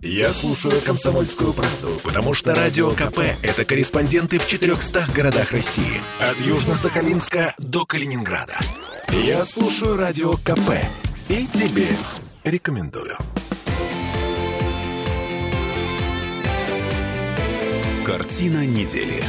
Я слушаю «Комсомольскую правду», потому что Радио КП – это корреспонденты в 400 городах России. От Южно-Сахалинска до Калининграда. Я слушаю Радио КП и тебе рекомендую. Картина недели.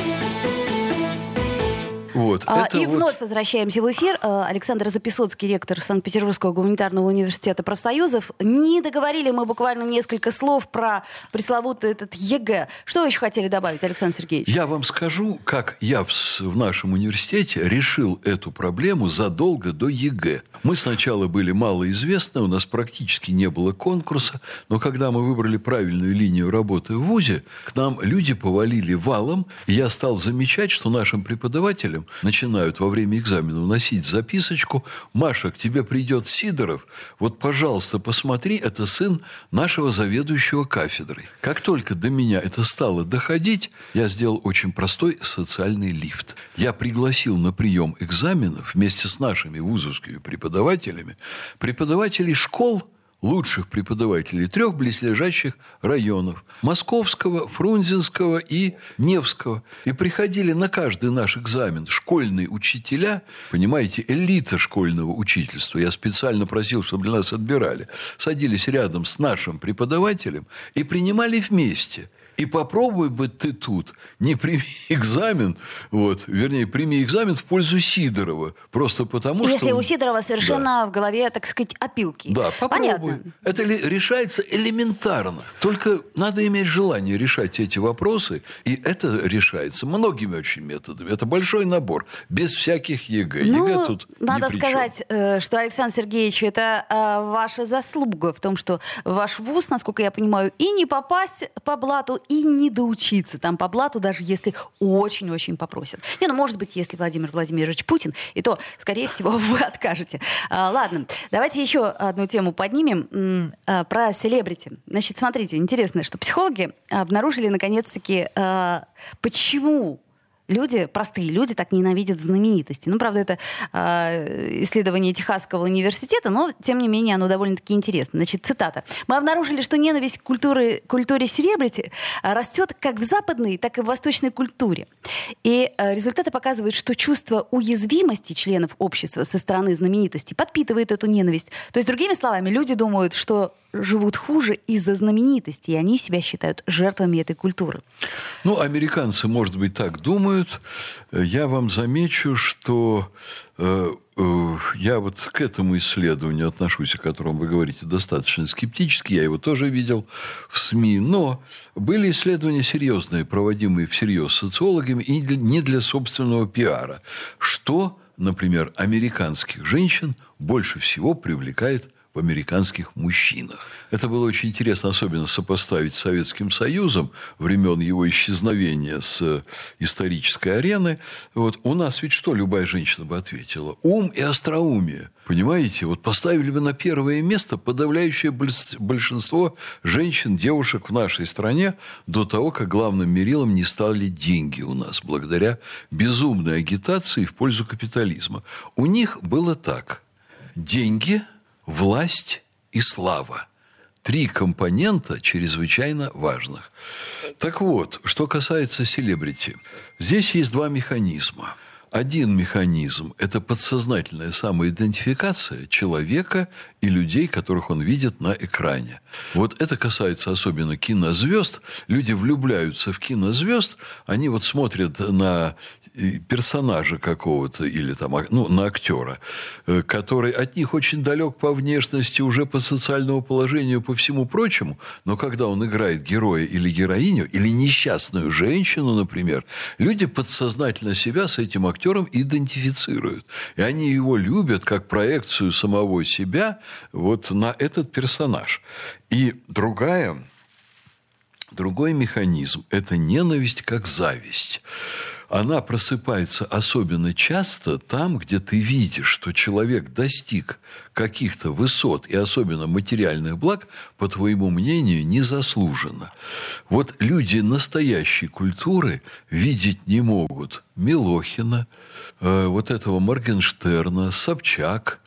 Вновь возвращаемся в эфир. Александр Записоцкий, ректор Санкт-Петербургского гуманитарного университета профсоюзов. Не договорили мы буквально несколько слов про пресловутый этот ЕГЭ. Что вы еще хотели добавить, Александр Сергеевич? Я вам скажу, как я в нашем университете решил эту проблему задолго до ЕГЭ. Мы сначала были малоизвестны, у нас практически не было конкурса, но когда мы выбрали правильную линию работы в ВУЗе, к нам люди повалили валом, и я стал замечать, что нашим преподавателям начинают во время экзамена вносить записочку: «Маша, к тебе придет Сидоров, вот, пожалуйста, посмотри, это сын нашего заведующего кафедрой». Как только до меня это стало доходить, я сделал очень простой социальный лифт. Я пригласил на прием экзаменов вместе с нашими вузовскими преподавателей школ, лучших преподавателей 3 близлежащих районов – Московского, Фрунзенского и Невского. И приходили на каждый наш экзамен школьные учителя, понимаете, элита школьного учительства. Я специально просил, чтобы для нас отбирали. Садились рядом с нашим преподавателем и принимали вместе. И попробуй бы ты тут, не прими экзамен, прими экзамен в пользу Сидорова. Просто потому, что... Если у Сидорова совершенно в голове, так сказать, опилки. Да, попробуй. Понятно. Это решается элементарно. Только надо иметь желание решать эти вопросы. И это решается многими очень методами. Это большой набор, без всяких ЕГЭ. ЕГЭ тут надо ни при сказать, что, Александр Сергеевич, это ваша заслуга в том, что ваш вуз, насколько я понимаю, и не попасть по блату, и не доучиться там по блату, даже если очень-очень попросят. Может быть, если Владимир Владимирович Путин, и то, скорее всего, вы откажете. Ладно, давайте еще одну тему поднимем про селебрити. Значит, смотрите, интересно, что психологи обнаружили, наконец-таки, почему простые люди так ненавидят знаменитости. Правда, это исследование Техасского университета, но, тем не менее, оно довольно-таки интересно. Значит, цитата. «Мы обнаружили, что ненависть к культуре селебрити растет как в западной, так и в восточной культуре. И результаты показывают, что чувство уязвимости членов общества со стороны знаменитостей подпитывает эту ненависть. То есть, другими словами, люди думают, что живут хуже из-за знаменитостей, и они себя считают жертвами этой культуры». Американцы, может быть, так думают. Я вам замечу, что я к этому исследованию отношусь, о котором вы говорите, достаточно скептически. Я его тоже видел в СМИ. Но были исследования серьезные, проводимые всерьез социологами, и не для собственного пиара. Что, например, американских женщин больше всего привлекает в американских мужчинах. Это было очень интересно, особенно сопоставить с Советским Союзом времен его исчезновения с исторической арены. У нас ведь что любая женщина бы ответила? Ум и остроумие. Понимаете? Поставили бы на первое место подавляющее большинство женщин, девушек в нашей стране до того, как главным мерилом не стали деньги у нас, благодаря безумной агитации в пользу капитализма. У них было так. Деньги, власть и слава. 3 компонента чрезвычайно важных. Так вот, что касается селебрити. Здесь есть 2 механизма. Один механизм – это подсознательная самоидентификация человека и людей, которых он видит на экране. Это касается особенно кинозвезд. Люди влюбляются в кинозвезд, они смотрят на персонажа какого-то или на актера, который от них очень далек по внешности, уже по социальному положению, по всему прочему, но когда он играет героя или героиню, или несчастную женщину, например, люди подсознательно себя с этим актером идентифицируют. И они его любят как проекцию самого себя на этот персонаж. И другой механизм – это ненависть как зависть. Она просыпается особенно часто там, где ты видишь, что человек достиг каких-то высот и особенно материальных благ, по твоему мнению, незаслуженно. Люди настоящей культуры видеть не могут Милохина, этого Моргенштерна, Собчак,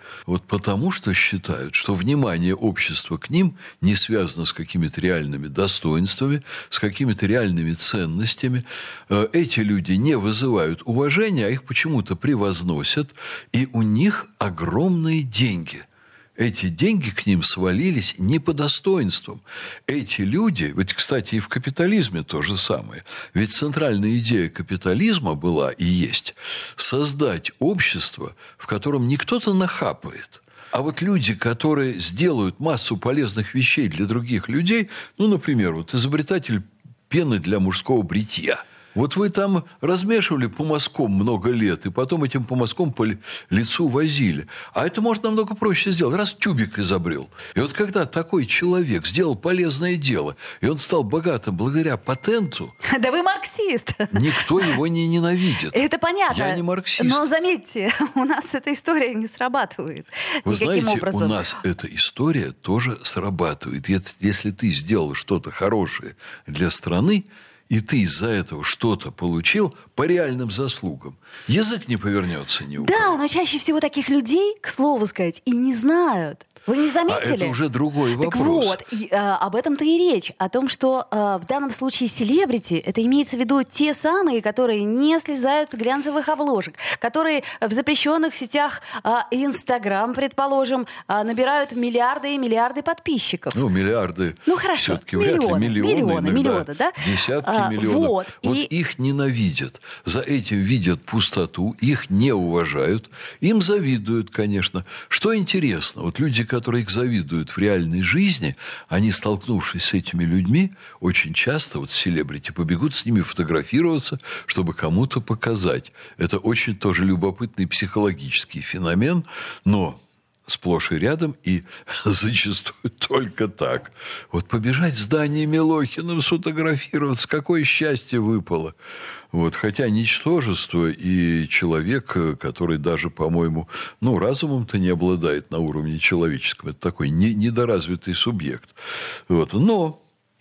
Вот потому что считают, что внимание общества к ним не связано с какими-то реальными достоинствами, с какими-то реальными ценностями. Эти люди не вызывают уважения, а их почему-то превозносят, и у них огромные деньги. Эти деньги к ним свалились не по достоинствам. Эти люди, ведь, кстати, и в капитализме то же самое. Ведь центральная идея капитализма была и есть создать общество, в котором не кто-то нахапает, а вот люди, которые сделают массу полезных вещей для других людей, ну, например, вот изобретатель пены для мужского бритья. Вот вы там размешивали по мазкам много лет, и потом этим по мазкам по лицу возили. А это можно намного проще сделать. Раз тюбик изобрел. И вот когда такой человек сделал полезное дело, и он стал богатым благодаря патенту... Да вы марксист. Никто его не ненавидит. Это понятно. Я не марксист. Но заметьте, у нас эта история не срабатывает. Вы никаким знаете, образом. У нас эта история тоже срабатывает. Если ты сделал что-то хорошее для страны, и ты из-за этого что-то получил по реальным заслугам, язык не повернется ни у кого. Да, но чаще всего таких людей, к слову сказать, и не знают. Вы не заметили? А это уже другой вопрос. Так вот, об этом-то и речь. О том, что в данном случае селебрити, это имеется в виду те самые, которые не слезают с глянцевых обложек, которые в запрещенных сетях Инстаграм, предположим, набирают миллиарды и миллиарды подписчиков. Ну, миллиарды. Ну, хорошо. Все-таки вряд ли Миллионы, да? Десятки миллионов. Вот их ненавидят. За этим видят пустоту, их не уважают, им завидуют, конечно. Что интересно, вот люди, которые их завидуют в реальной жизни, они, столкнувшись с этими людьми, очень часто, вот селебрити, побегут с ними фотографироваться, чтобы кому-то показать. Это очень тоже любопытный психологический феномен, но сплошь и рядом, и зачастую только так. Вот побежать в здание Милохина, сфотографироваться, какое счастье выпало. Вот, хотя ничтожество и человек, который даже, по-моему, разумом-то не обладает на уровне человеческом. Это такой недоразвитый субъект. Вот. Но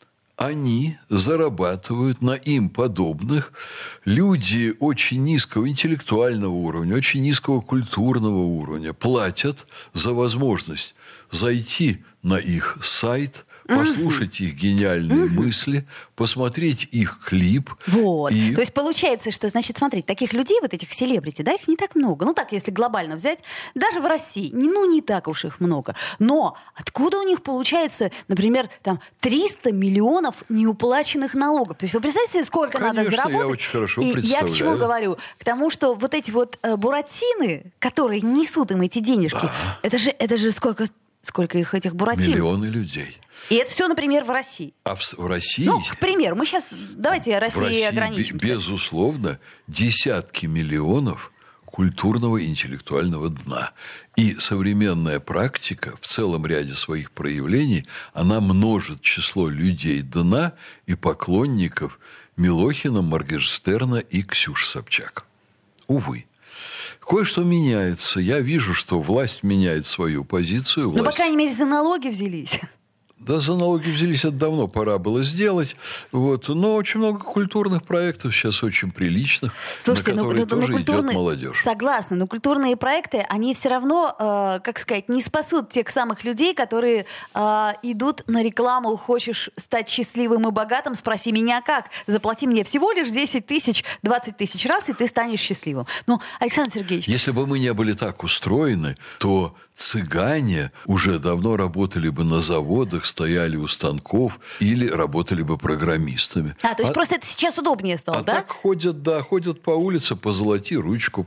они зарабатывают на им подобных. Люди очень низкого интеллектуального уровня, очень низкого культурного уровня платят за возможность зайти на их сайт, послушать их гениальные мысли, посмотреть их клип. Вот. То есть получается, что, значит, смотрите, таких людей, вот этих селебрити, да, их не так много. Ну так, если глобально взять, даже в России, не так уж их много. Но откуда у них получается, например, там 300 миллионов неуплаченных налогов? То есть вы представляете, сколько Конечно, надо заработать? Я очень хорошо И представляю. я к чему говорю? К тому, что вот эти вот буратины, которые несут им эти денежки, Да. это же сколько их, этих буратин? Миллионы людей. И это все, например, в России. А в России... Ну, к примеру, мы сейчас, давайте в России России, ограничимся. безусловно, десятки миллионов культурного и интеллектуального дна. И современная практика в целом ряде своих проявлений, она множит число людей дна и поклонников Милохина, Моргенштерна и Ксюши Собчак. Увы. Кое-что меняется. Я вижу, что власть меняет свою позицию. Ну, по крайней мере, за налоги взялись. Да, за налоги взялись, это давно пора было сделать. Вот. Но очень много культурных проектов сейчас очень приличных, слушайте, на которые тоже идет молодежь. Согласна, но культурные проекты, они все равно, не спасут тех самых людей, которые идут на рекламу «Хочешь стать счастливым и богатым? Спроси меня как. Заплати мне всего лишь 10 тысяч, 20 тысяч раз, и ты станешь счастливым». Ну, Александр Сергеевич... Если бы мы не были так устроены, то цыгане уже давно работали бы на заводах, стояли у станков или работали бы программистами. То есть просто это сейчас удобнее стало, да? Так ходят по улице, позолоти ручку.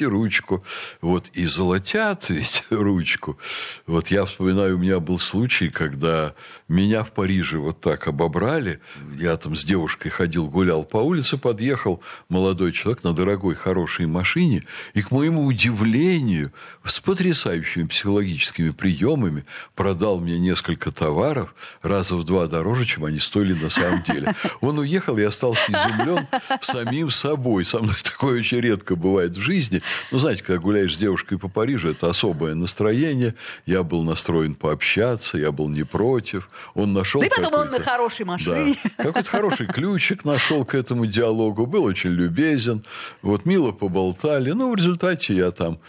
Вот, и золотят ведь ручку. Вот я вспоминаю, у меня был случай, когда меня в Париже вот так обобрали. Я там с девушкой гулял по улице, подъехал молодой человек на дорогой, хорошей машине, и, к моему удивлению, с потрясающими психологическими приемами продал мне несколько товаров раза в 2 дороже, чем они стоили на самом деле. Он уехал, и остался изумлен самим собой. Со мной такое очень редко бывает в жизни. Знаете, когда гуляешь с девушкой по Парижу, это особое настроение. Я был настроен пообщаться, я был не против. Он нашел... Да и потом он на хорошей машине. Да, какой-то хороший ключик нашел к этому диалогу. Был очень любезен. Вот мило поболтали. В результате я там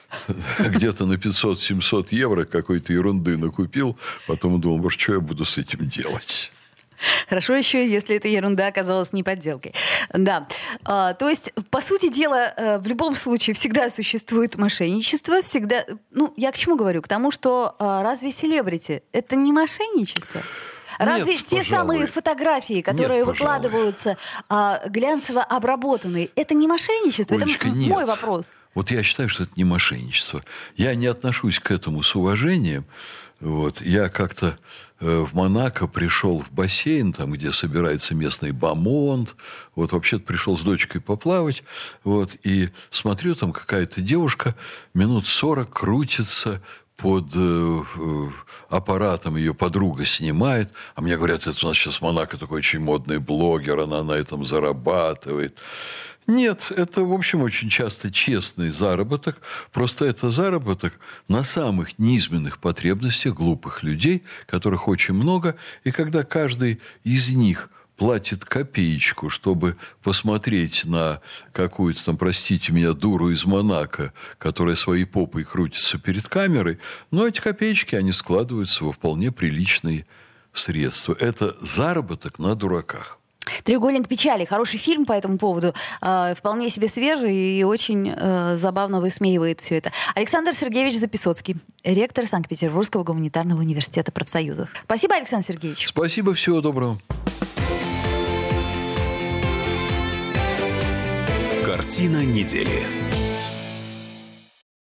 где-то на 500-700 евро какой-то ерунды накупил. Потом думал, может, что я буду с этим делать? Хорошо еще, если эта ерунда оказалась не подделкой. Да. То есть, по сути дела, в любом случае всегда существует мошенничество. Всегда... Ну, я к чему говорю? К тому, что разве селебрити — это не мошенничество? Разве Нет, те самые фотографии, которые выкладываются глянцево обработанные, это не мошенничество? Олечка, это мой вопрос. Вот я считаю, что это не мошенничество. Я не отношусь к этому с уважением. Вот. Я как-то в Монако пришел в бассейн, там, где собирается местный бомонд. Вот, вообще-то пришел с дочкой поплавать. Вот, и смотрю, там какая-то девушка минут 40 крутится под аппаратом, ее подруга снимает. А мне говорят, это у нас сейчас в Монако такой очень модный блогер, она на этом зарабатывает. Нет, это, в общем, очень часто честный заработок. Просто это заработок на самых низменных потребностях глупых людей, которых очень много. И когда каждый из них платит копеечку, чтобы посмотреть на какую-то там, простите меня, дуру из Монако, которая своей попой крутится перед камерой, но эти копеечки, они складываются во вполне приличные средства. Это заработок на дураках. «Треугольник печали». Хороший фильм по этому поводу. Вполне себе свежий и очень забавно высмеивает все это. Александр Сергеевич Записоцкий, ректор Санкт-Петербургского гуманитарного университета профсоюзов. Спасибо, Александр Сергеевич. Спасибо, всего доброго. Картина недели.